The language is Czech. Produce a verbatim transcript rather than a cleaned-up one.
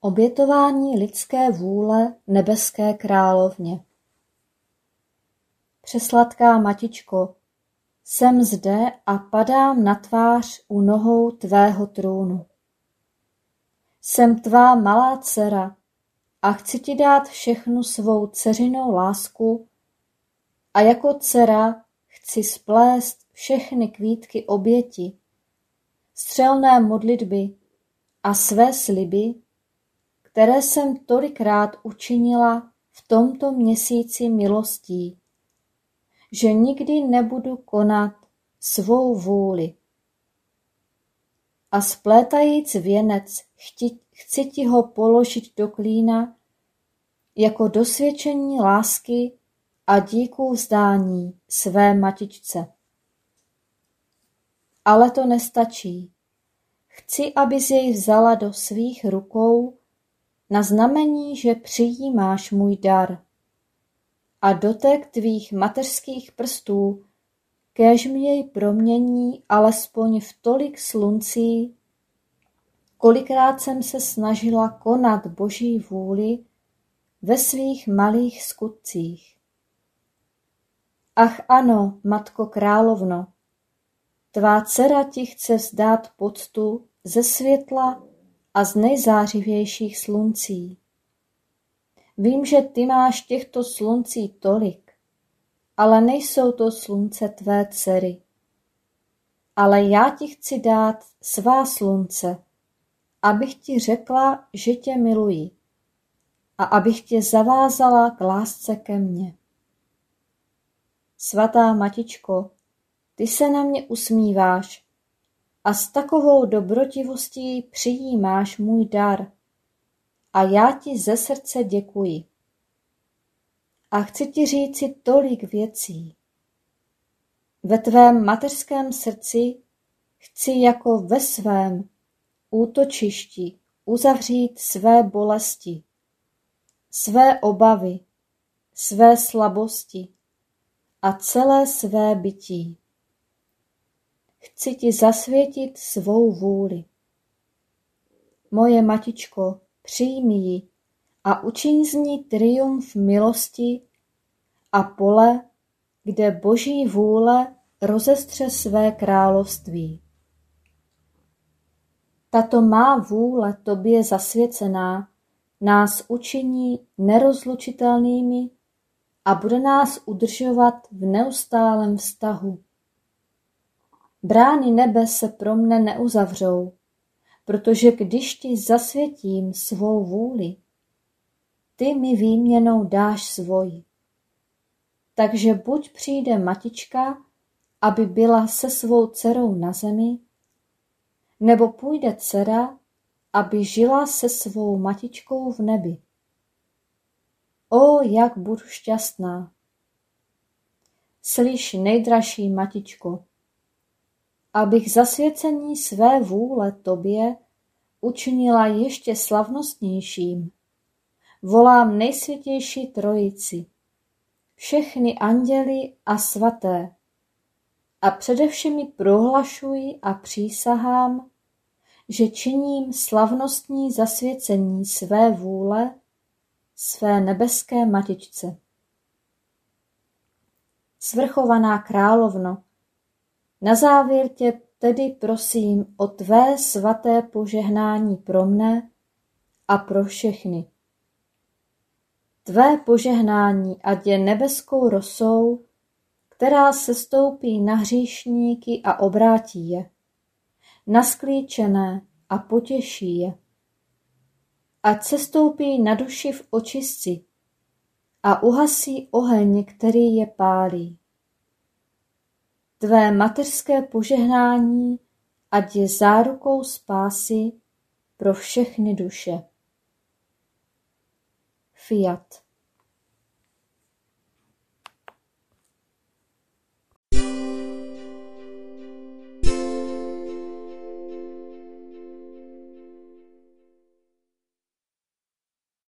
Obětování lidské vůle nebeské královně. Přesladká matičko, jsem zde a padám na tvář u nohou tvého trůnu. Jsem tvá malá dcera a chci ti dát všechnu svou dceřinou lásku a jako dcera chci splést všechny kvítky oběti, střelné modlitby a své sliby, které jsem tolikrát učinila v tomto měsíci milostí, že nikdy nebudu konat svou vůli. A splétajíc věnec chti, chci ti ho položit do klína jako dosvědčení lásky a díku vzdání své matičce. Ale to nestačí. Chci, abys jej vzala do svých rukou na znamení, že přijímáš můj dar. A dotek tvých mateřských prstů kéž mi jej promění alespoň v tolik sluncí, kolikrát jsem se snažila konat Boží vůli ve svých malých skutcích. Ach ano, matko královno, tvá dcera ti chce vzdát poctu ze světla a z nejzářivějších sluncí. Vím, že ty máš těchto sluncí tolik, ale nejsou to slunce tvé dcery. Ale já ti chci dát svá slunce, abych ti řekla, že tě miluji a abych tě zavázala k lásce ke mně. Svatá matičko, ty se na mě usmíváš a s takovou dobrotivostí přijímáš můj dar a já ti ze srdce děkuji. A chci ti říci tolik věcí. Ve tvém mateřském srdci chci jako ve svém útočišti uzavřít své bolesti, své obavy, své slabosti a celé své bytí. Chci ti zasvětit svou vůli. Moje matičko, přijmi ji a učiň z ní triumf milosti a pole, kde Boží vůle rozestře své království. Tato má vůle tobě zasvěcená nás učiní nerozlučitelnými a bude nás udržovat v neustálém vztahu. Brány nebe se pro mne neuzavřou, protože když ti zasvětím svou vůli, ty mi výměnou dáš svoji. Takže buď přijde matička, aby byla se svou dcerou na zemi, nebo půjde dcera, aby žila se svou matičkou v nebi. O, jak budu šťastná! Slyš, nejdražší matičko, abych zasvěcení své vůle tobě učinila ještě slavnostnějším, volám nejsvětější trojici, všechny anděly a svaté, a především prohlašuji a přísahám, že činím slavnostní zasvěcení své vůle své nebeské matičce. Svrchovaná královno, na závěr tě tedy prosím o tvé svaté požehnání pro mne a pro všechny. Tvé požehnání ať je nebeskou rosou, která sestoupí na hříšníky a obrátí je, na sklíčené a potěší je. Ať sestoupí na duši v očistci a uhasí oheň, který je pálí. Tvé mateřské požehnání ať je zárukou spásy pro všechny duše. Fiat.